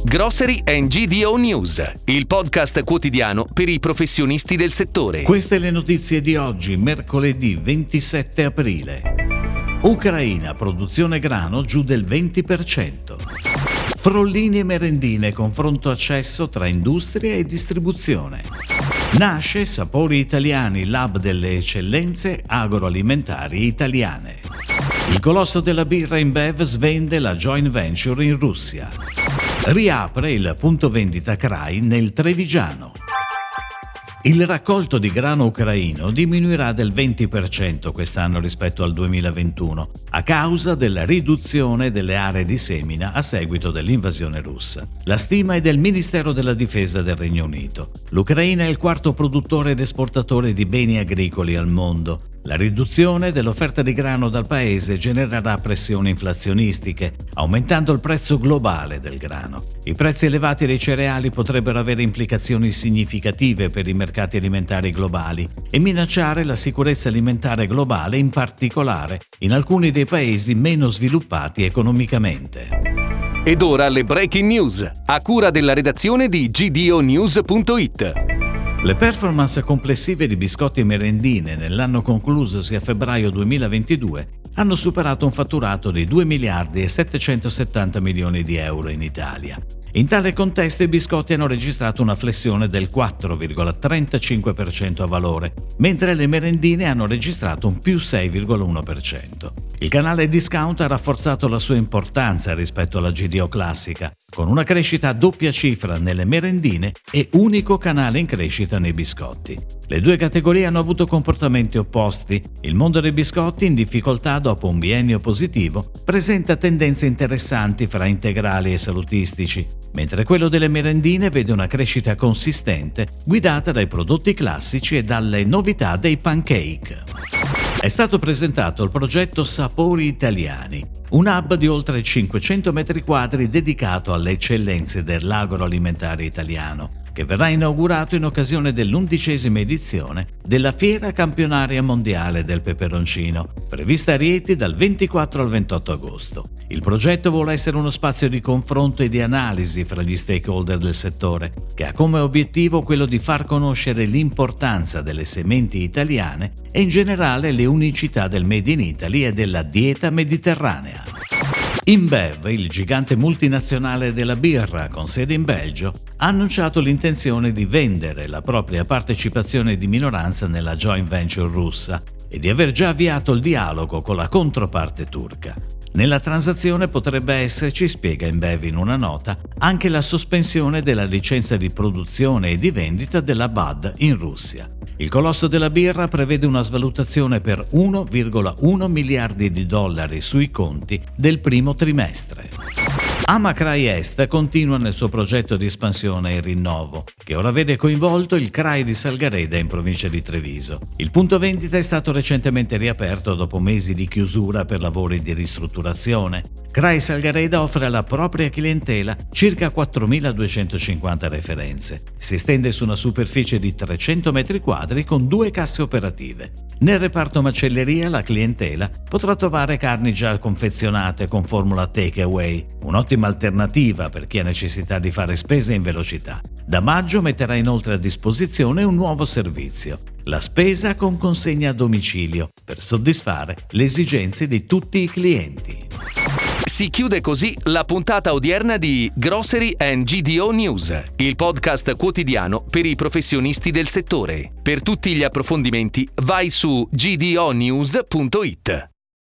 Grocery and GDO News, il podcast quotidiano per i professionisti del settore. Queste le notizie di oggi, mercoledì 27 aprile. Ucraina, produzione grano giù del 20%. Frollini e merendine, confronto accesso tra industria e distribuzione. Nasce Sapori Italiani, l'hub delle eccellenze agroalimentari italiane. Il colosso della birra InBev svende la joint venture in Russia. Riapre il punto vendita CRAI nel Trevigiano. Il raccolto di grano ucraino diminuirà del 20% quest'anno rispetto al 2021 a causa della riduzione delle aree di semina a seguito dell'invasione russa. La stima è del Ministero della Difesa del Regno Unito. L'Ucraina è il quarto produttore ed esportatore di beni agricoli al mondo. La riduzione dell'offerta di grano dal paese genererà pressioni inflazionistiche, aumentando il prezzo globale del grano. I prezzi elevati dei cereali potrebbero avere implicazioni significative per i mercati alimentari globali e minacciare la sicurezza alimentare globale, in particolare in alcuni dei paesi meno sviluppati economicamente. Ed ora le breaking news, a cura della redazione di gdonews.it. Le performance complessive di biscotti e merendine nell'anno conclusosi a febbraio 2022 hanno superato un fatturato di 2 miliardi e 770 milioni di euro in Italia. In tale contesto i biscotti hanno registrato una flessione del 4,35% a valore, mentre le merendine hanno registrato un più 6,1%. Il canale discount ha rafforzato la sua importanza rispetto alla GDO classica, con una crescita a doppia cifra nelle merendine e unico canale in crescita nei biscotti. Le due categorie hanno avuto comportamenti opposti. Il mondo dei biscotti, in difficoltà dopo un biennio positivo, presenta tendenze interessanti fra integrali e salutistici, mentre quello delle merendine vede una crescita consistente guidata dai prodotti classici e dalle novità dei pancake. È stato presentato il progetto Sapori Italiani, un hub di oltre 500 metri quadri dedicato alle eccellenze dell'agroalimentare italiano, che verrà inaugurato in occasione dell'11ª edizione della Fiera Campionaria Mondiale del Peperoncino, prevista a Rieti dal 24 al 28 agosto. Il progetto vuole essere uno spazio di confronto e di analisi fra gli stakeholder del settore, che ha come obiettivo quello di far conoscere l'importanza delle sementi italiane e in generale le unicità del Made in Italy e della dieta mediterranea. InBev, il gigante multinazionale della birra con sede in Belgio, ha annunciato l'intenzione di vendere la propria partecipazione di minoranza nella joint venture russa e di aver già avviato il dialogo con la controparte turca. Nella transazione potrebbe esserci, spiega InBev in una nota, anche la sospensione della licenza di produzione e di vendita della Bud in Russia. Il colosso della birra prevede una svalutazione per 1,1 miliardi di dollari sui conti del primo trimestre. AmaCRAI Est continua nel suo progetto di espansione e rinnovo, che ora vede coinvolto il CRAI di Salgareda in provincia di Treviso. Il punto vendita è stato recentemente riaperto dopo mesi di chiusura per lavori di ristrutturazione. CRAI Salgareda offre alla propria clientela circa 4.250 referenze. Si estende su una superficie di 300 metri quadri con 2 casse operative. Nel reparto macelleria la clientela potrà trovare carni già confezionate con formula takeaway, un'ottima alternativa per chi ha necessità di fare spese in velocità. Da maggio metterà inoltre a disposizione un nuovo servizio, la spesa con consegna a domicilio, per soddisfare le esigenze di tutti i clienti. Si chiude così la puntata odierna di Grocery and GDO News, il podcast quotidiano per i professionisti del settore. Per tutti gli approfondimenti vai su gdonews.it.